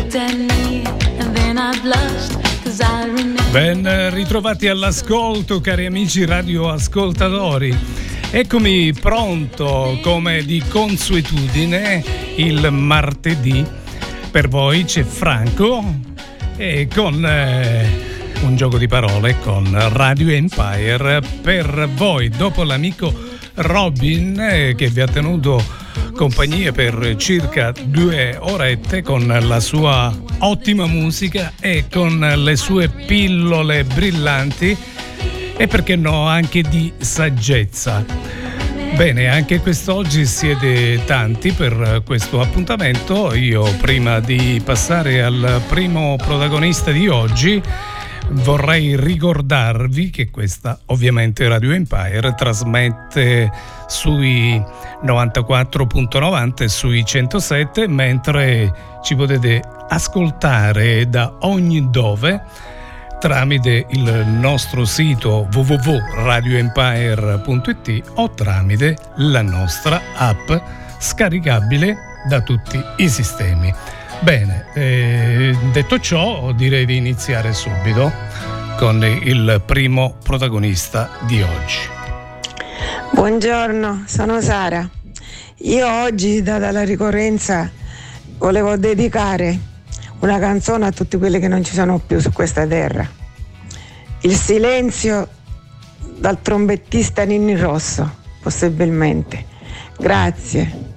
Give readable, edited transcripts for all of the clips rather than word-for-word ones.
Ben ritrovati all'ascolto, cari amici radioascoltatori. Eccomi pronto, come di consuetudine, il martedì. Per voi c'è Franco e con un gioco di parole con Radio Empire per voi. Dopo l'amico Robin che vi ha tenuto compagnia per circa 2 orette con la sua ottima musica e con le sue pillole brillanti e perché no anche di saggezza. Bene, anche quest'oggi siete tanti per questo appuntamento. Io, prima di passare al primo protagonista di oggi, vorrei ricordarvi che questa ovviamente Radio Empire trasmette sui 94.90 e sui 107, mentre ci potete ascoltare da ogni dove tramite il nostro sito www.radioempire.it o tramite la nostra app scaricabile da tutti i sistemi. Bene, detto ciò, direi di iniziare subito con il primo protagonista di oggi. Buongiorno, sono Sara. Io oggi, data la ricorrenza, volevo dedicare una canzone a tutti quelli che non ci sono più su questa terra. Il silenzio dal trombettista Ninni Rosso, possibilmente. Grazie.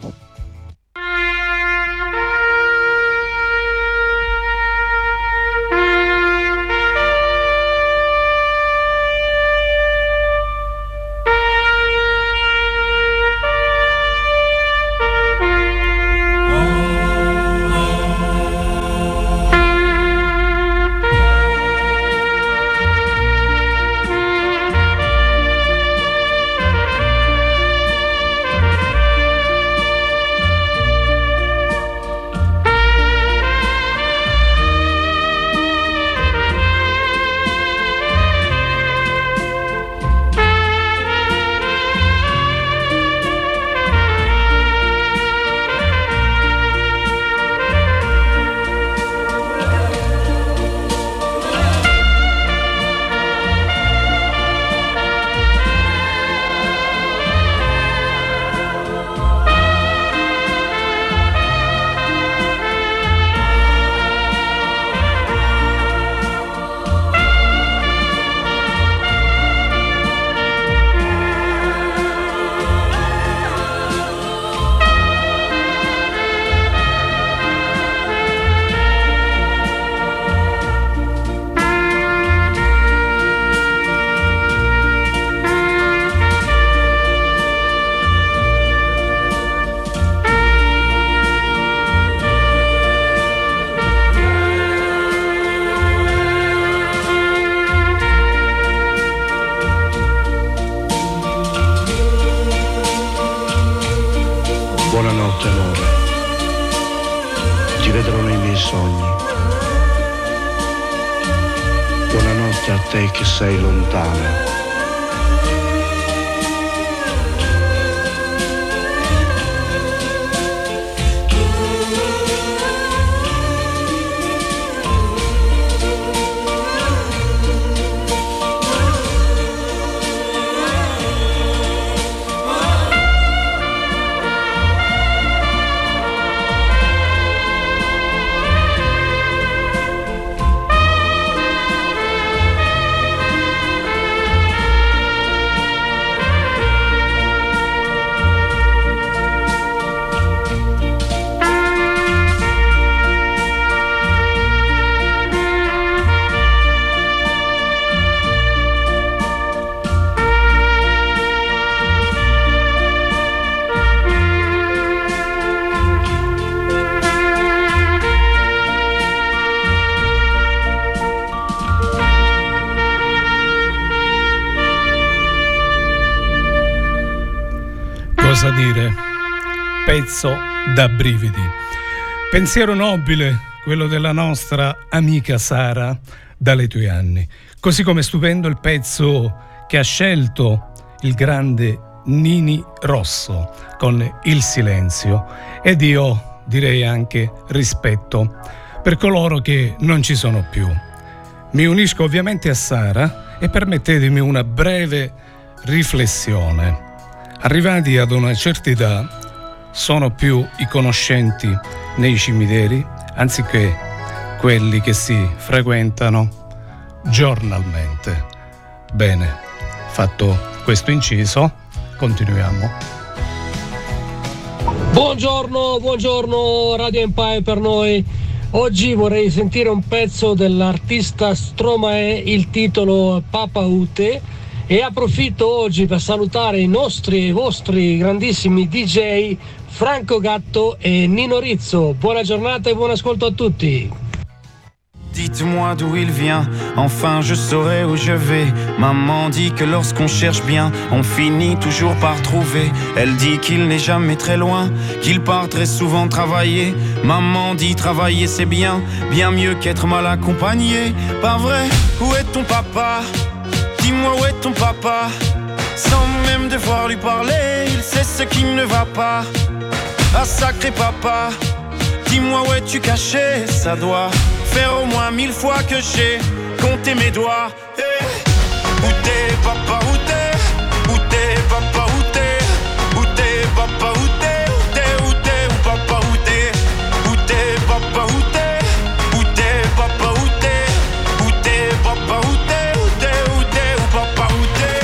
Buonanotte amore, ti vedrò nei miei sogni. Buonanotte a te che sei lontana. Cosa dire? Pezzo da brividi. Pensiero nobile, quello della nostra amica Sara, dalle tue anni. Così come stupendo il pezzo che ha scelto il grande Ninni Rosso con Il silenzio. Ed io direi anche rispetto per coloro che non ci sono più. Mi unisco ovviamente a Sara e permettetemi una breve riflessione. Arrivati ad una certa età, sono più i conoscenti nei cimiteri anziché quelli che si frequentano giornalmente. Bene, fatto questo inciso, continuiamo. Buongiorno Radio Empire per noi. Oggi vorrei sentire un pezzo dell'artista Stromae, il titolo Papa Ute, e approfitto oggi per salutare i nostri e vostri grandissimi DJ Franco Gatto e Nino Rizzo. Buona giornata e buon ascolto a tutti. Dites-moi d'où il vient, enfin je saurai où je vais. Maman dit que lorsqu'on cherche bien, on finit toujours par trouver. Elle dit qu'il n'est jamais très loin, qu'il part très souvent travailler. Maman dit travailler c'est bien, bien mieux qu'être mal accompagné. Pas vrai? Où est ton papa? Dis-moi où est ton papa? Sans même devoir lui parler, il sait ce qui ne va pas. Ah sacré papa, dis-moi où es-tu caché? Ça doit faire au moins 1000 fois que j'ai compté mes doigts. Hey. Où t'es papa, où t'es? Où t'es papa, où t'es? Où t'es papa, où t'es? Où t'es, où t'es, où papa, où t'es? Où t'es papa, où t'es? Où t'es papa, où t'es? Où t'es papa, où t'es? Où t'es, où t'es, où papa, où t'es?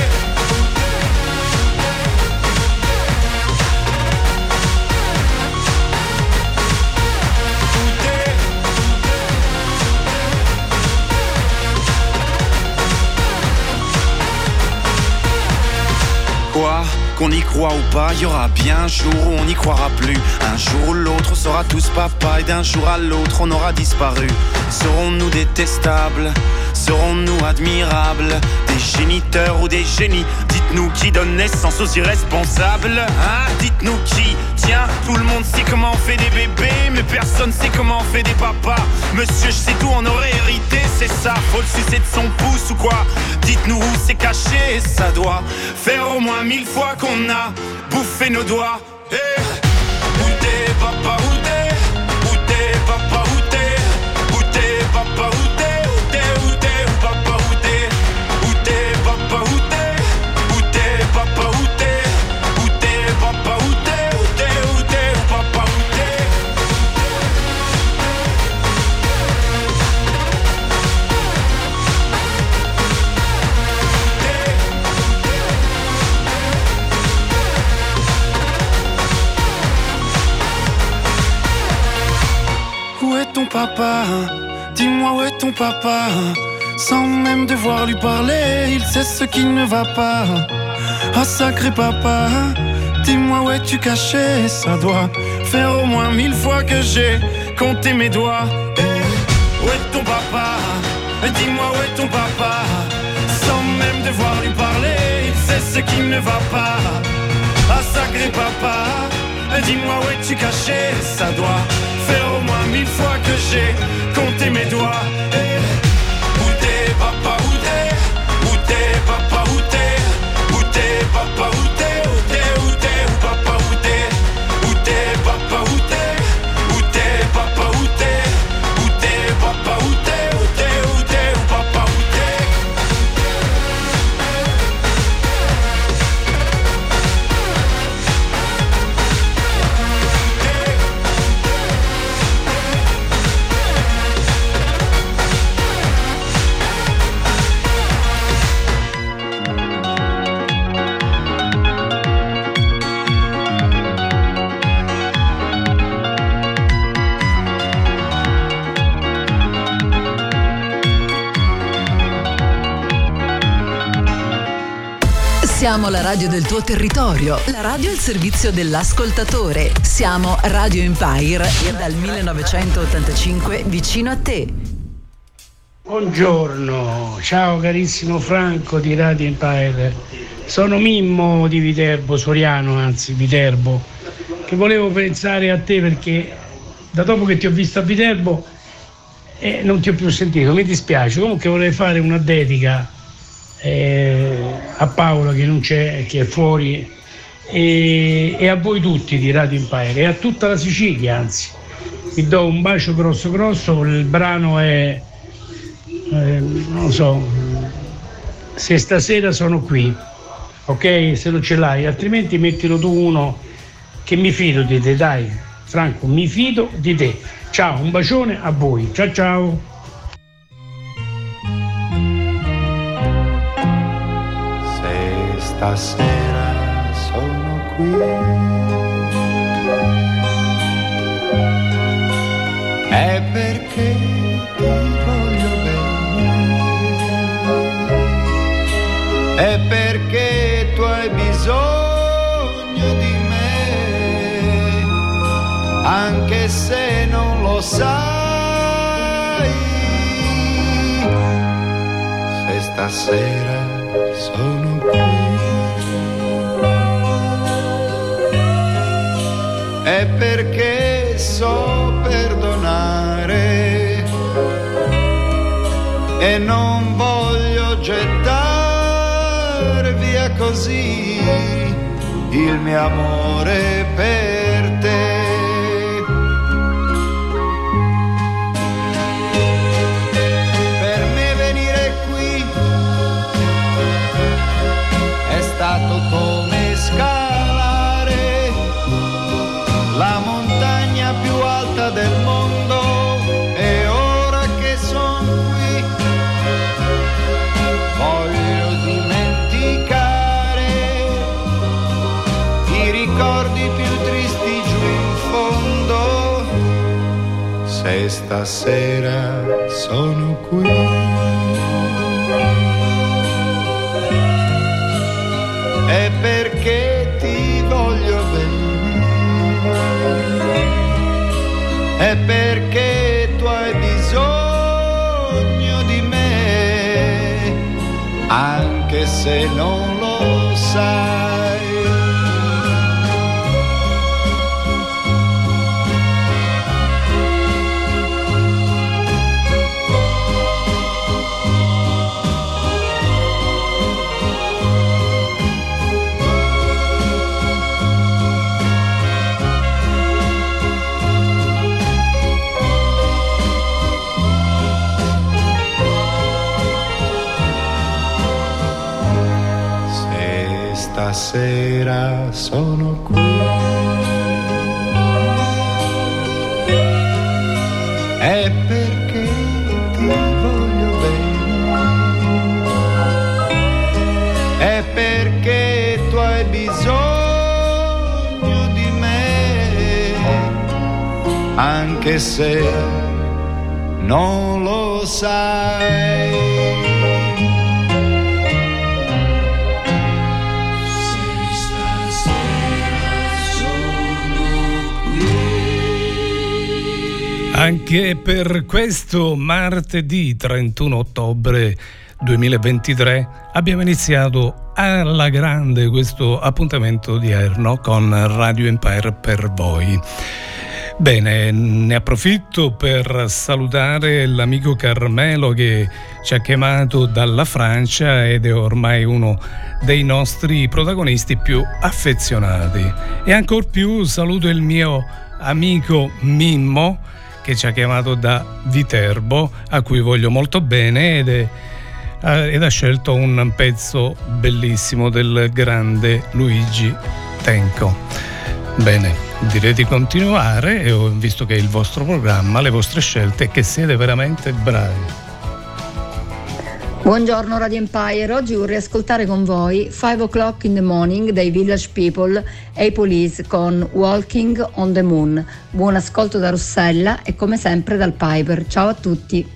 Quoi? Qu'on y croit ou pas, y aura bien un jour où on n'y croira plus. Un jour ou l'autre, on sera tous papa, et d'un jour à l'autre, on aura disparu. Serons-nous détestables? Serons-nous admirables? Des géniteurs ou des génies? Dites-nous qui donne naissance aux irresponsables, hein? Dites-nous qui? Tiens, tout le monde sait comment on fait des bébés, mais personne sait comment on fait des papas. Monsieur, je sais tout, on aurait hérité, c'est ça. Faut le sucer de son pouce ou quoi? Dites-nous où c'est caché, ça doit faire au moins 1000 fois qu'on a bouffé nos doigts. Hey. Où t'es papa, où t'es? Où t'es papa, où t'es? Où t'es papa, où t'es? Où t'es, où t'es, où papa, où t'es? Où t'es papa, où t'es? Où t'es papa, où t'es? Où t'es papa, où t'es? Où t'es, où t'es, où papa, où t'es? Où est ton papa? Dis-moi où est ton papa? Sans même devoir lui parler, il sait ce qui ne va pas. Ah sacré papa, dis-moi où es-tu caché? Ça doit faire au moins 1000 fois que j'ai compté mes doigts. Hey. Où est ton papa? Dis-moi où est ton papa? Sans même devoir lui parler, il sait ce qui ne va pas. Ah sacré papa, dis-moi où es-tu caché? Ça doit faire au moins 1000 fois que j'ai compté mes doigts. Hey. Où t'es papa, où t'es? Où t'es papa, où t'es? Où t'es papa, où t'es? Où t'es, où t'es, où papa, où t'es? Où t'es papa, où t'es? Où t'es papa, où t'es? Où t'es papa, où t'es? Où t'es, où t'es, où papa, où t'es? Siamo la radio del tuo territorio, la radio al servizio dell'ascoltatore. Siamo Radio Empire e dal 1985 vicino a te. Buongiorno, ciao carissimo Franco di Radio Empire. Sono Mimmo di Viterbo, Soriano, anzi Viterbo, che volevo pensare a te perché da dopo che ti ho visto a Viterbo non ti ho più sentito, mi dispiace. Comunque vorrei fare una dedica a Paolo che non c'è, che è fuori, e a voi tutti di Radio Empire e a tutta la Sicilia, anzi vi do un bacio grosso grosso. Il brano è non lo so, Se stasera sono qui, ok? Se lo ce l'hai, altrimenti mettilo tu uno che mi fido di te, dai Franco, mi fido di te. Ciao, un bacione a voi, ciao ciao. Se stasera sono qui, è perché ti voglio bene, è perché tu hai bisogno di me, anche se non lo sai. Se stasera sono qui, è perché so perdonare e non voglio gettare via così il mio amore per te. Per me venire qui è stato come scalare la montagna più alta del mondo, e ora che sono qui voglio dimenticare i ricordi più tristi giù in fondo. Se stasera sono qui, è perché ti voglio bene, è perché tu hai bisogno di me, anche se non lo sai. Stasera sono qui, è perché ti voglio bene, è perché tu hai bisogno di me, anche se non lo sai. Anche per questo martedì 31 ottobre 2023 abbiamo iniziato alla grande questo appuntamento odierno con Radio Empire per voi. Bene, ne approfitto per salutare l'amico Carmelo che ci ha chiamato dalla Francia ed è ormai uno dei nostri protagonisti più affezionati. E ancor più saluto il mio amico Mimmo che ci ha chiamato da Viterbo, a cui voglio molto bene ed ha scelto un pezzo bellissimo del grande Luigi Tenco. Bene, direi di continuare, e ho visto che è il vostro programma, le vostre scelte, che siete veramente bravi. Buongiorno Radio Empire, oggi vorrei ascoltare con voi 5 O'Clock in the Morning dei Village People e i Police con Walking on the Moon. Buon ascolto da Rossella e come sempre dal Piper. Ciao a tutti.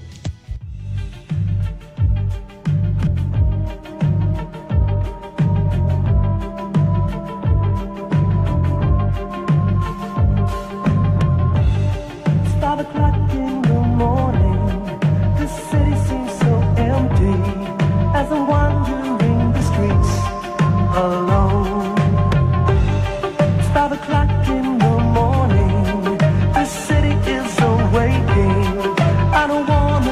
I don't wanna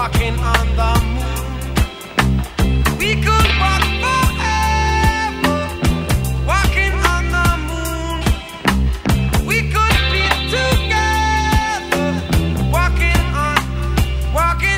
walking on the moon. We could walk forever, walking on the moon. We could be together, walking on the moon.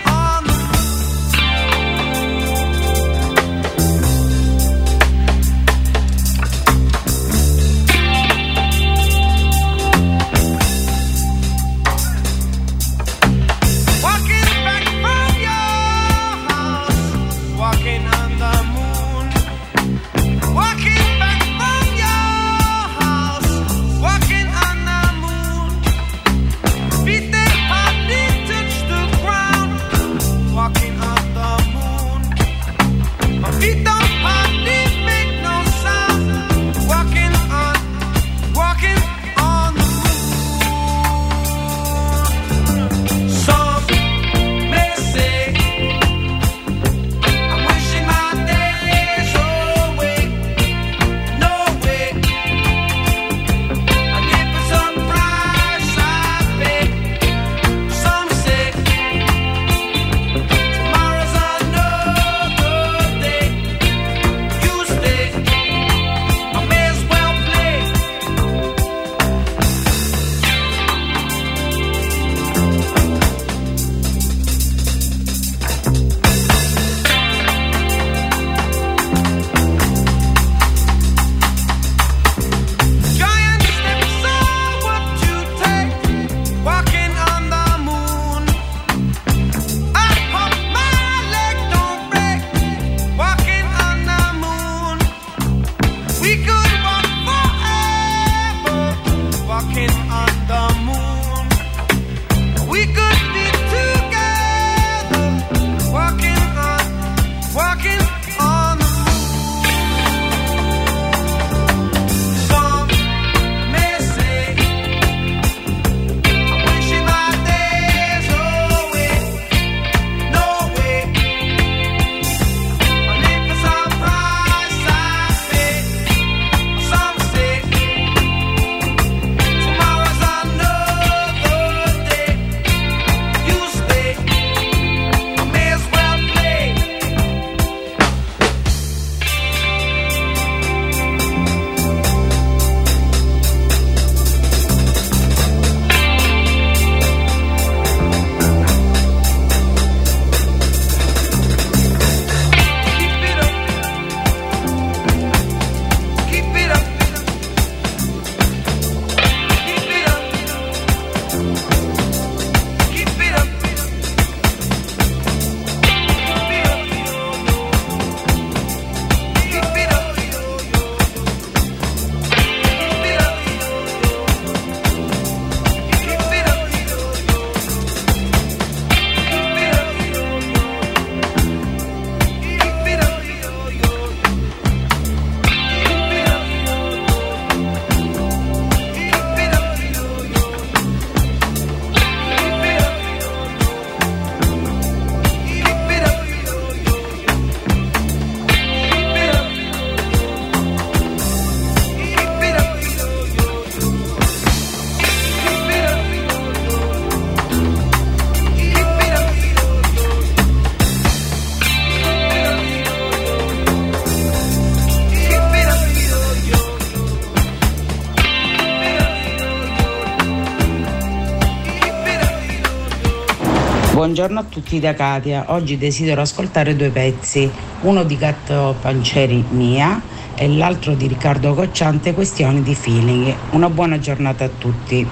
Buongiorno a tutti da Katia. Oggi desidero ascoltare due pezzi, uno di Gatto Pancieri Mia e l'altro di Riccardo Cocciante, Questioni di feeling. Una buona giornata a tutti.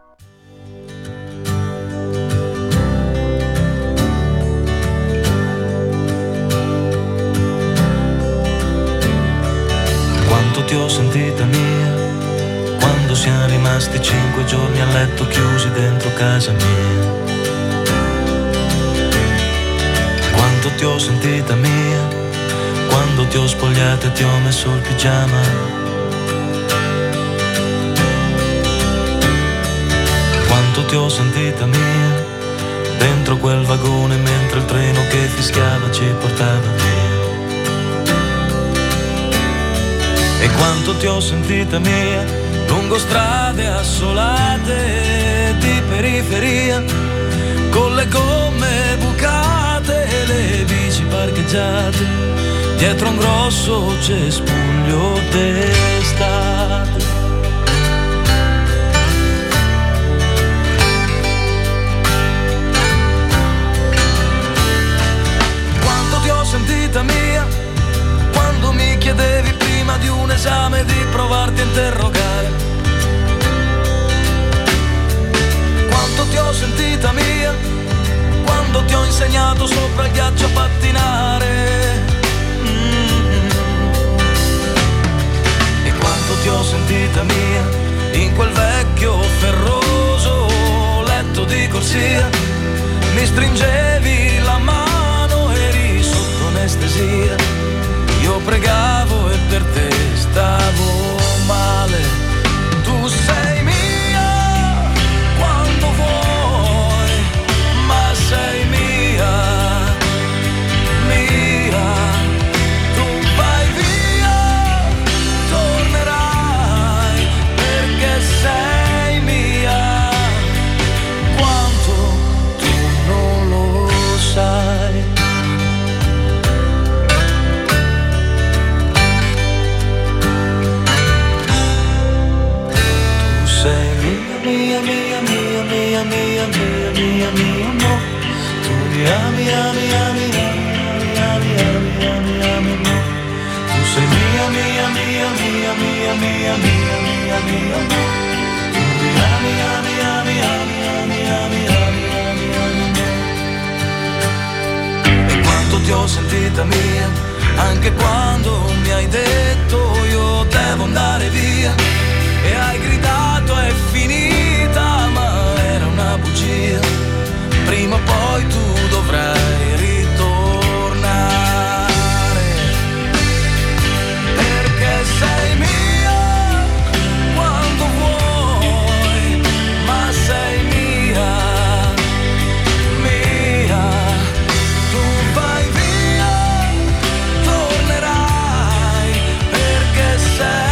Quanto ti ho sentita mia, quando siamo rimasti 5 giorni a letto chiusi dentro casa mia. Quanto ti ho sentita mia, quando ti ho spogliata e ti ho messo il pigiama. Quanto ti ho sentita mia, dentro quel vagone mentre il treno che fischiava ci portava via. E quanto ti ho sentita mia, lungo strade assolate di periferia, con le gomme bucate passeggiate dietro un grosso cespuglio d'estate. Quanto ti ho sentita mia quando mi chiedevi prima di un esame di provarti a interrogare. Quanto ti ho sentita mia quando ti ho insegnato sopra il ghiaccio a pattinare. E quanto ti ho sentita mia in quel vecchio ferroso letto di corsia. Mi stringevi la mano, eri sotto anestesia. Io pregavo e per te stavo male. Tu sei mia quando vuoi, ma sei mia, mia. Tu vai via, tornerai perché sei mia. Quanto tu non lo sai. Sei mia, mia, mia, mia, mia, mia, mia, mia, no. Tu mi ami, ami, ami, ami, ami, ami, ami, ami, no. Tu sei mia, mia, mia, mia, mia, mia, mia, mia, mia, no. Tu mi ami, ami, ami, ami, ami, ami, ami, ami, ami, no. E quanto ti ho sentita mia, anche quando mi hai detto io devo andare via. E hai gridato è finita, ma era una bugia. Prima o poi tu dovrai ritornare, perché sei mia quando vuoi, ma sei mia, mia. Tu vai via, tornerai perché sei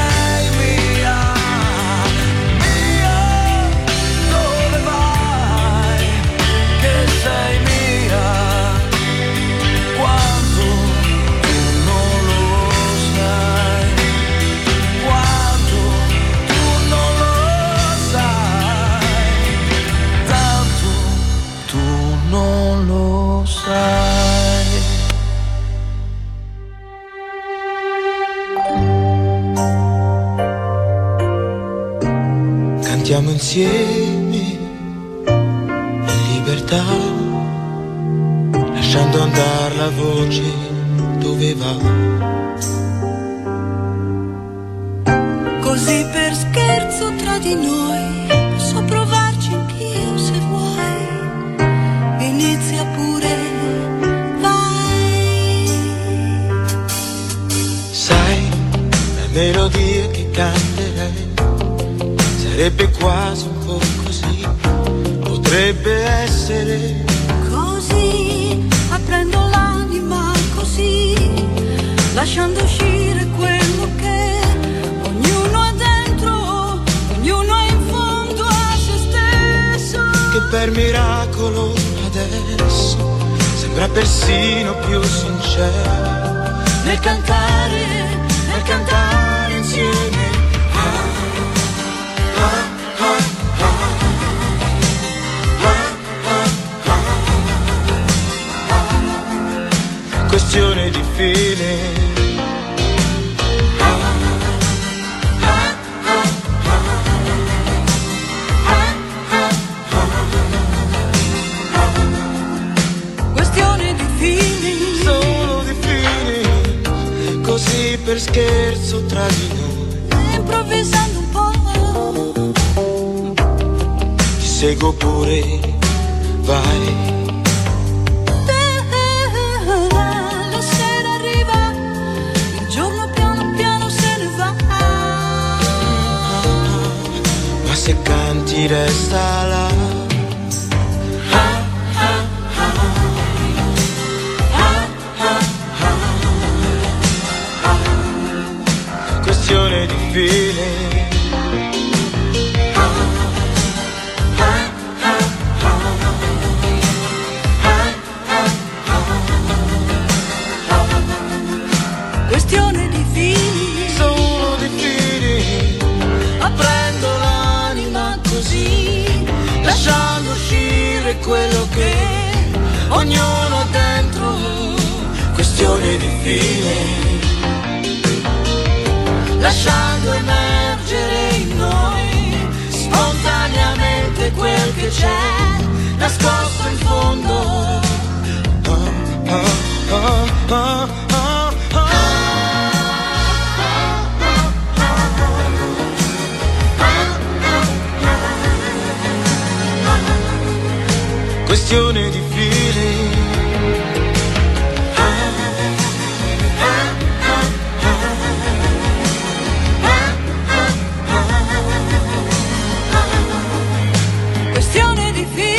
Cantiamo insieme in libertà, lasciando andare la voce dove va. Così per scherzo tra di noi posso provarci anch'io se vuoi. Inizia pure, vai. Sai, la melodia che canterai sarebbe quasi un po' così, potrebbe essere così, aprendo l'anima così, lasciando uscire quello che ognuno ha dentro, ognuno è in fondo a se stesso. Che per miracolo adesso sembra persino più sincero nel cantare insieme. Questione di fine. Questione di fini. Solo di fini. Così per scherzo tra di noi. Improvvisando un po'. Ti seguo pure, vai. Se canti resta là. Questione di feeling. ognuno dentro, questione di fine, lasciando emergere in noi spontaneamente quel che c'è nascosto in fondo. Questione di feeling. Questione di feeling.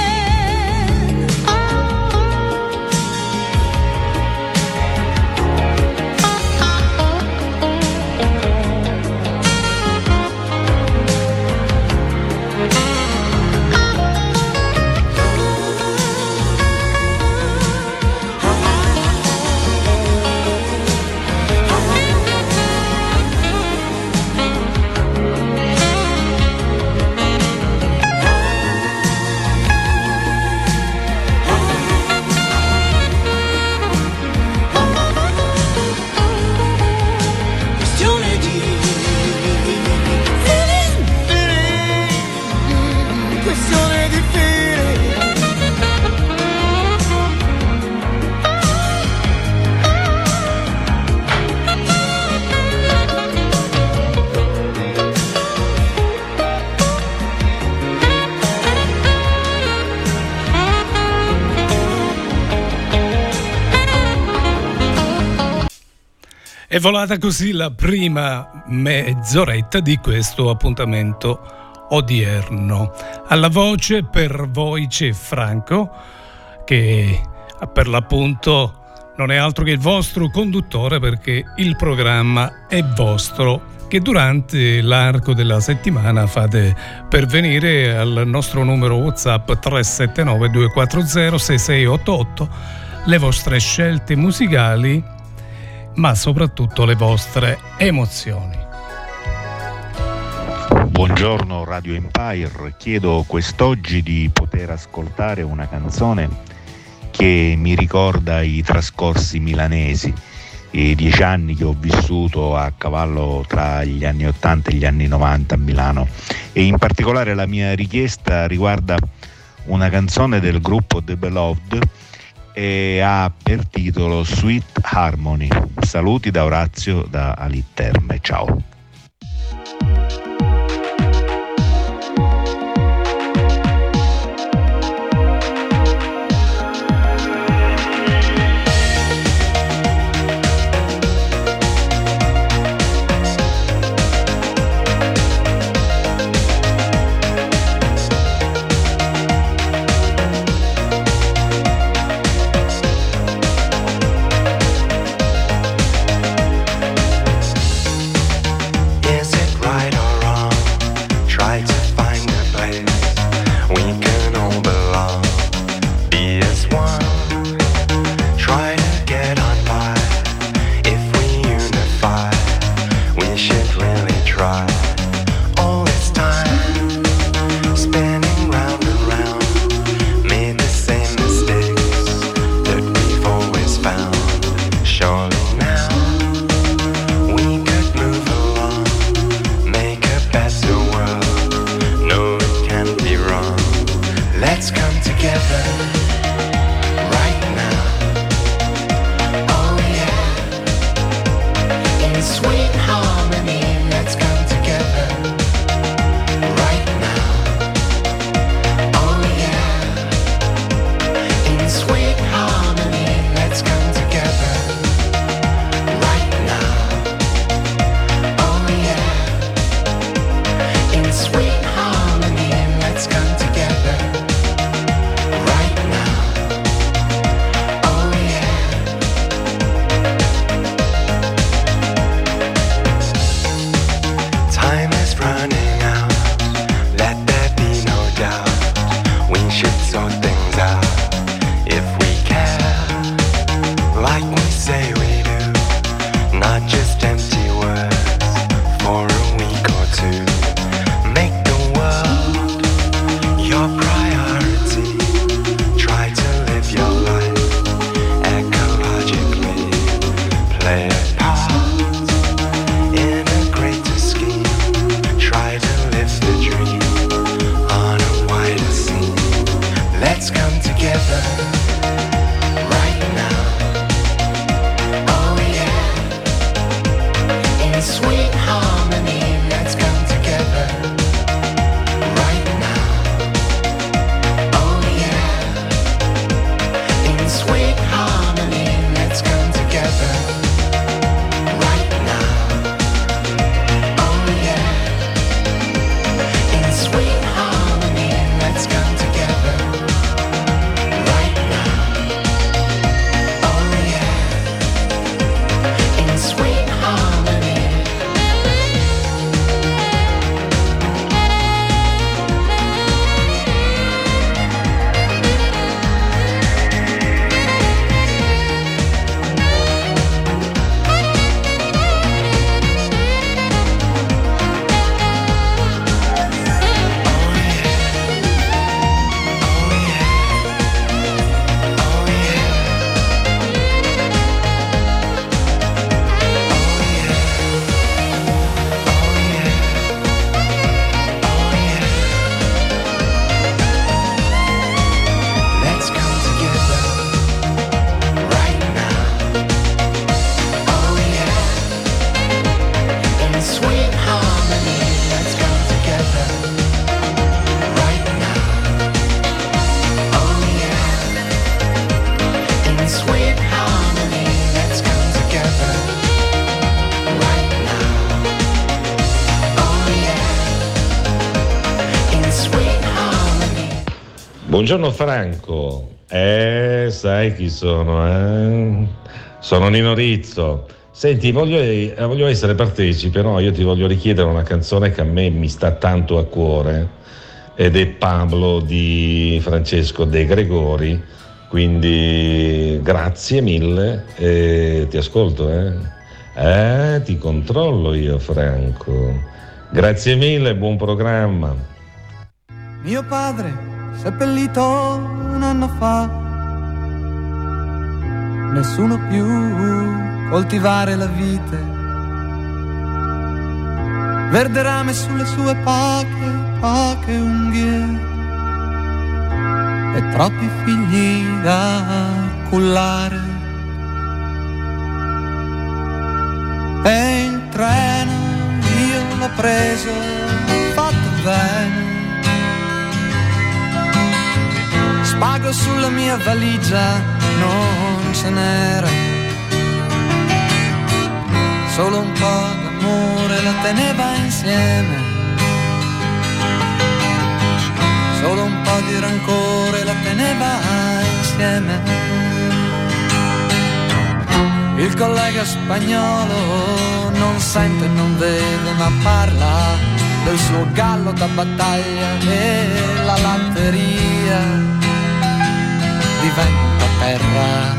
È volata così la prima mezz'oretta di questo appuntamento odierno. Alla voce per voi c'è Franco, che per l'appunto non è altro che il vostro conduttore, perché il programma è vostro, che durante l'arco della settimana fate pervenire al nostro numero WhatsApp 379 240 6688 le vostre scelte musicali, ma soprattutto le vostre emozioni. Buongiorno Radio Empire, chiedo quest'oggi di poter ascoltare una canzone che mi ricorda i trascorsi milanesi, i 10 anni che ho vissuto a cavallo tra gli anni 80 e gli anni 90 a Milano, e in particolare la mia richiesta riguarda una canzone del gruppo The Beloved e ha per titolo Sweet Harmony. Saluti da Orazio da Alitterme, ciao. together right now. Oh yeah, in sweet harmony, let's come together right now. Oh yeah, in sweet harmony, let's come together right now. Oh yeah, in sweet harmony, let's come together right now. Oh yeah, in sweet harmony. Let's come together right now. Oh yeah, in sweet harmony, let's come together right now. Oh yeah, in sweet harmony, let's come together right now. Oh yeah, in sweet harmony. Buongiorno Franco, sai chi sono, eh? Sono Nino Rizzo. Senti, voglio essere partecipe, no? Io ti voglio richiedere una canzone che a me mi sta tanto a cuore ed è Pablo di Francesco De Gregori, quindi grazie mille e ti ascolto, ti controllo io Franco. Grazie mille, buon programma. Mio padre seppellito un anno fa, nessuno più coltivare la vite, verde rame sulle sue poche unghie e troppi figli da cullare. E il treno io l'ho preso, fatto bene, spago sulla mia valigia non ce n'era, solo un po' d'amore la teneva insieme, solo un po' di rancore la teneva insieme. Il collega spagnolo non sente, non vede, ma parla del suo gallo da battaglia e la latteria diventa terra.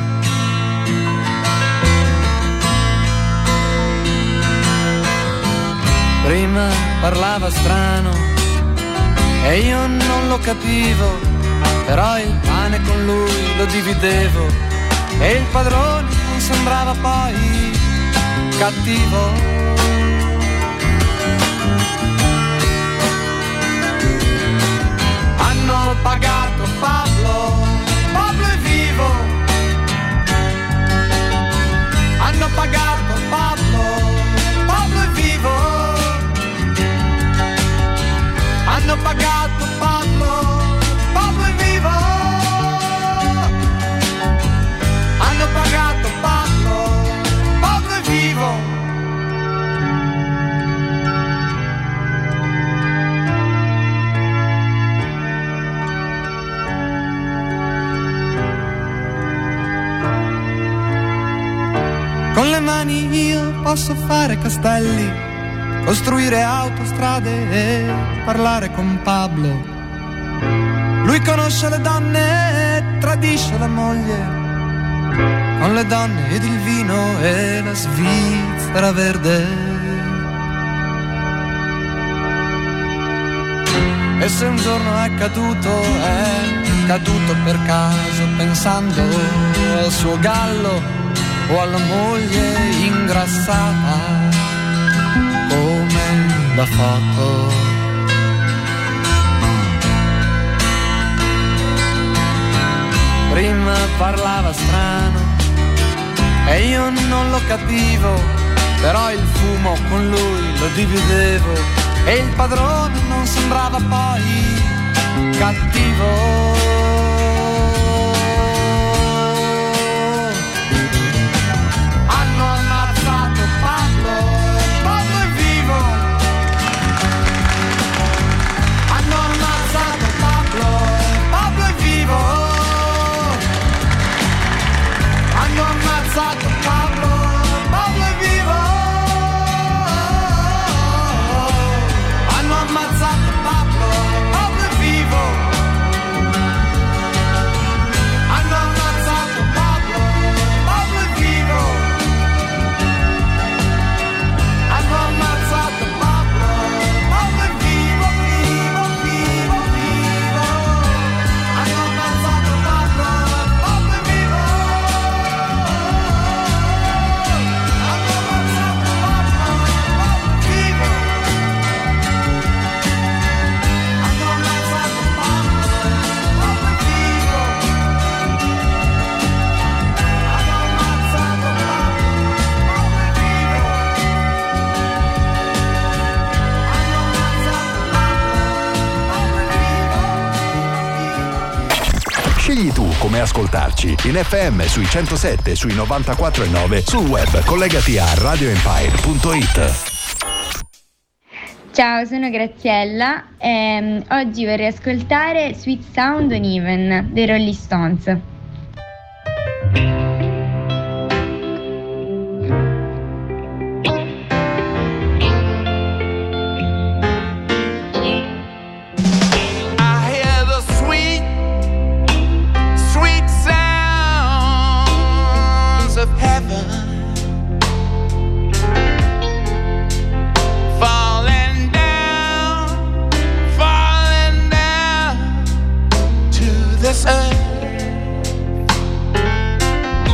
Prima parlava strano e io non lo capivo, però il pane con lui lo dividevo e il padrone non sembrava poi cattivo. Hanno pagato Pablo è vivo, hanno pagato Pablo è vivo, hanno pagato Pablo è vivo, hanno pagato Pablo è vivo. Con le mani io posso fare castelli, costruire autostrade e parlare con Pablo. Lui conosce le donne e tradisce la moglie, con le donne ed il vino e la Svizzera verde. E se un giorno è caduto per caso pensando al suo gallo o alla moglie ingrassata come la foto. prima parlava strano e io non lo capivo, però il fumo con lui lo dividevo e il padrone non sembrava poi cattivo. Scegli tu come ascoltarci, in FM sui 107, sui 94.9, sul web collegati a radioempire.it. Ciao, sono Graziella e oggi vorrei ascoltare Sweet Sound Uneven dei Rolling Stones. This earth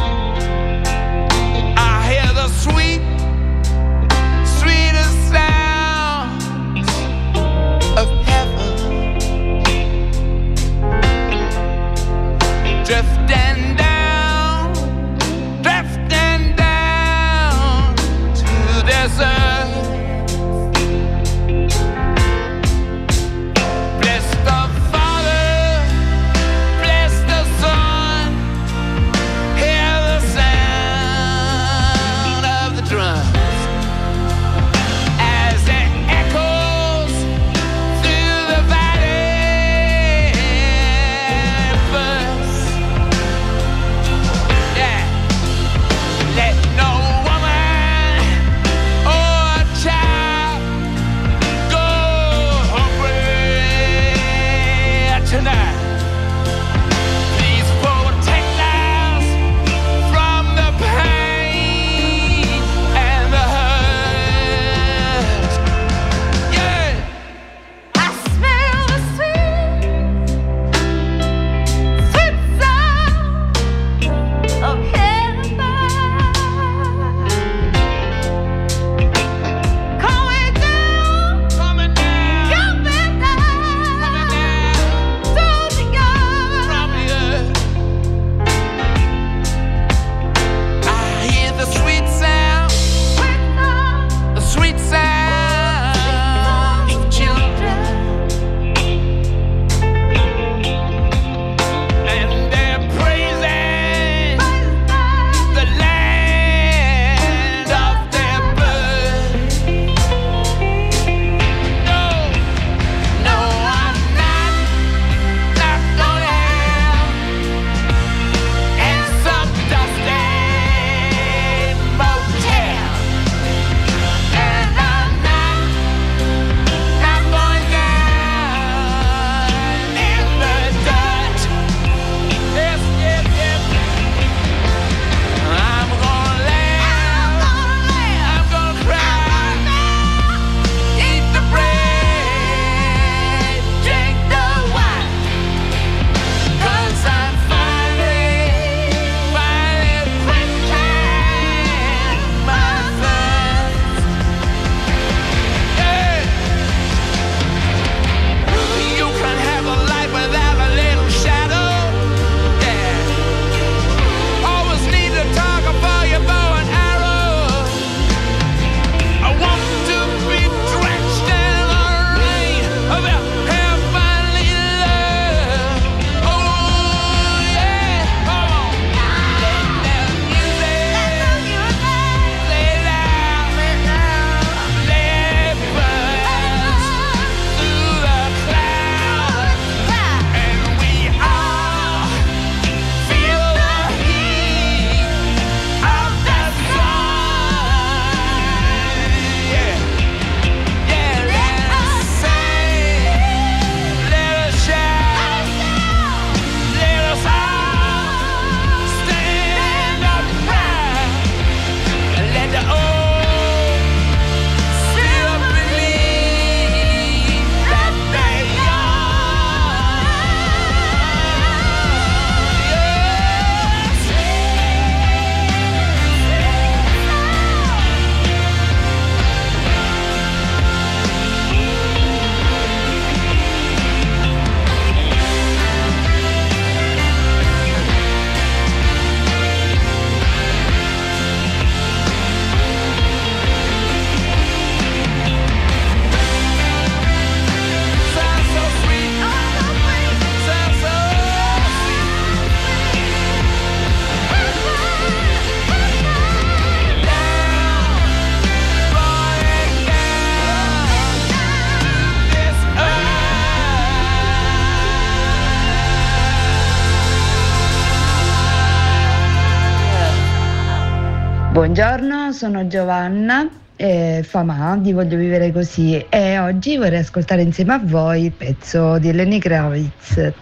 Buongiorno, sono Giovanna, Famà di Voglio Vivere Così, e oggi vorrei ascoltare insieme a voi il pezzo di Lenny Kravitz,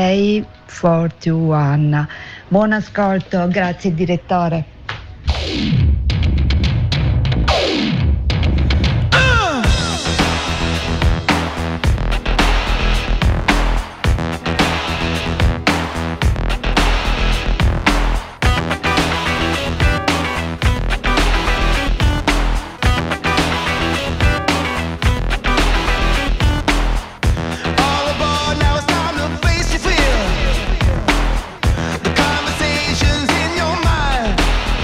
TK41. Buon ascolto, grazie direttore. Conversations in your mind.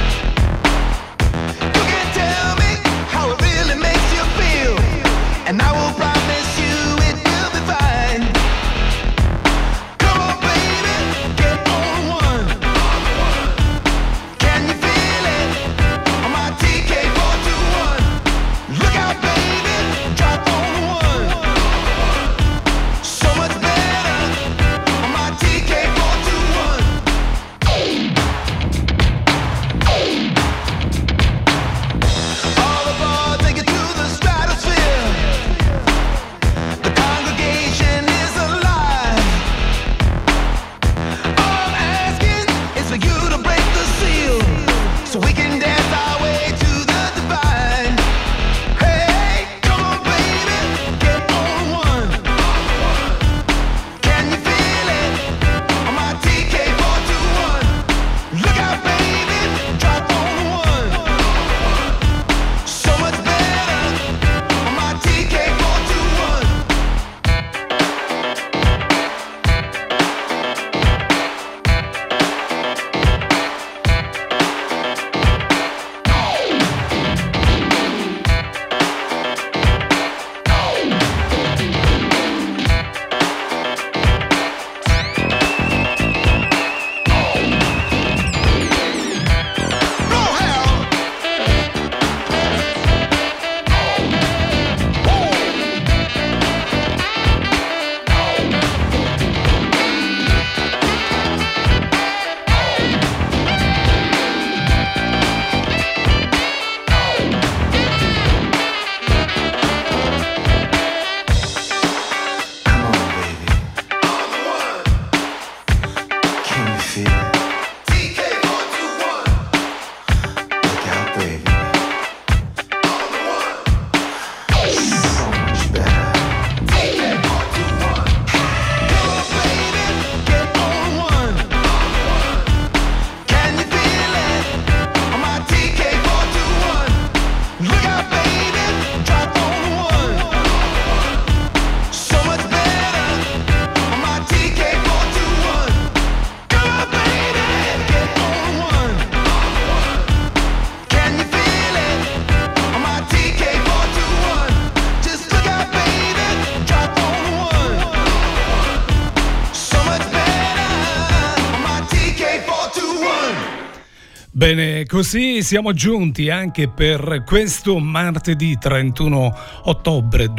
Bene, così siamo giunti anche per questo martedì 31 ottobre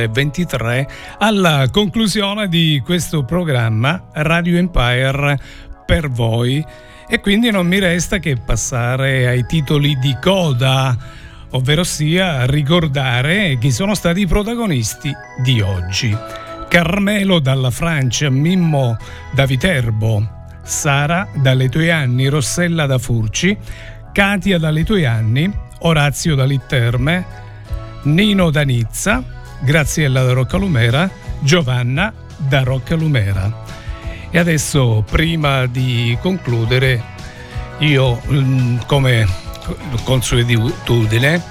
2023 alla conclusione di questo programma Radio Empire per voi, e quindi non mi resta che passare ai titoli di coda, ovvero sia ricordare chi sono stati i protagonisti di oggi. Carmelo dalla Francia, Mimmo da Viterbo, Sara dalle Tue Anni, Rossella da Furci, Katia dalle Tue Anni, Orazio da Litterme, Nino da Nizza, Graziella da Roccalumera, Giovanna da Roccalumera. E adesso, prima di concludere, io come consuetudine,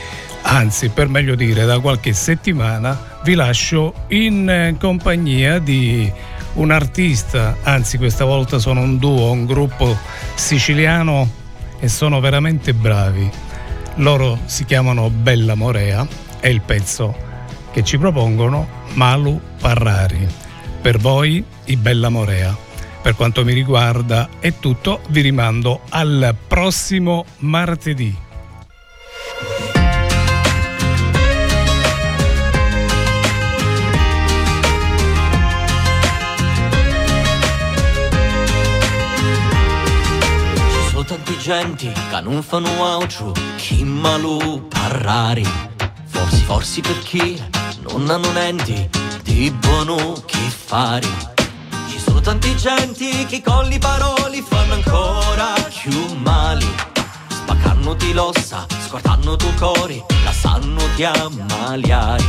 anzi per meglio dire da qualche settimana, vi lascio in compagnia di un artista, anzi questa volta sono un duo, un gruppo siciliano e sono veramente bravi. Loro si chiamano Bella Morea e il pezzo che ci propongono Malu Parrari. Per voi i Bella Morea. Per quanto mi riguarda è tutto, vi rimando al prossimo martedì. gente che non fanno altro che malu parlare. Forse perché non hanno niente di buono che fare. Ci sono tanti gente che con le parole fanno ancora più male. Spaccano di l'ossa, scortano tu cuore, lasciano ti ammaliare.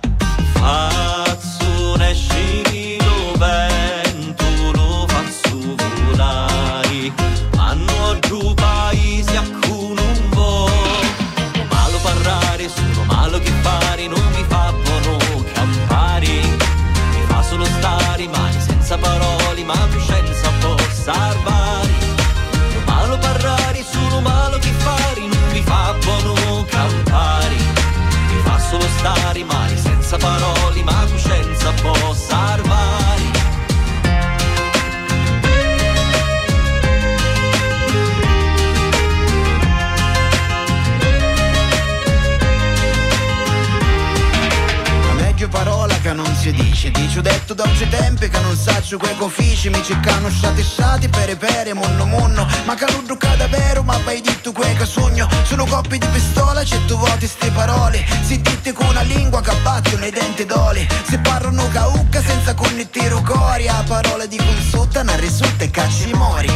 Faccio un escilo vento, lo faccio volare, hanno giù paesi a cui non vo. Malo parlare, sono malo che fare, non mi fa buono campare. Mi fa solo stare male, senza parole, ma coscienza può salvare. Malo parlare, sono malo che fare, non mi fa buono campare. Mi fa solo stare male, senza parole, ma coscienza può salvare. Parola che non si dice detto da oggi tempi che non saccio quei cofici mi cercano sciati per monno ma caludro cadavero ma vai detto quei che sogno sono coppi di pistola c'è tu voti ste parole si dite con una lingua che battono i denti d'oli si parlano caucca senza connettire cori a parole di consulta non risulta e cacci mori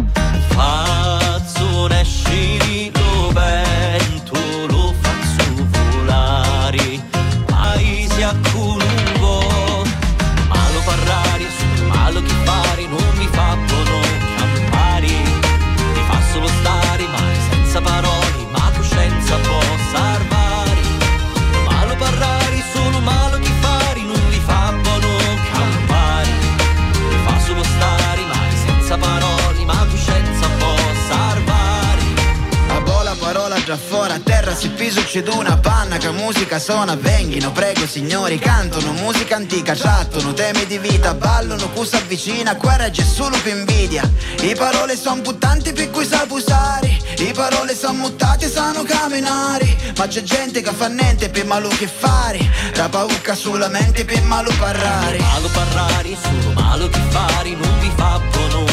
faccio un escilo vento lo faccio volare paesi a Columbo. Malo parlare, sono malo che fare, non mi fa buono campare. Mi fa solo stare male, senza parole, ma coscienza può salvare. Malo parlare, sono malo che fare, non mi fa buono campare. Mi fa solo stare male, senza parole, ma coscienza può salvare. A bola parola già fuori a terra si piso c'è una panna che musica suona venghino prego signori cantano musica antica chattono temi di vita ballano cu s'avvicina guerra c'è solo più invidia i parole son buttanti per cui sa usare i parole son muttate sanno camminare ma c'è gente che fa niente per malo che fare la paucca solamente per malo parlare solo malo che fare non mi fa buono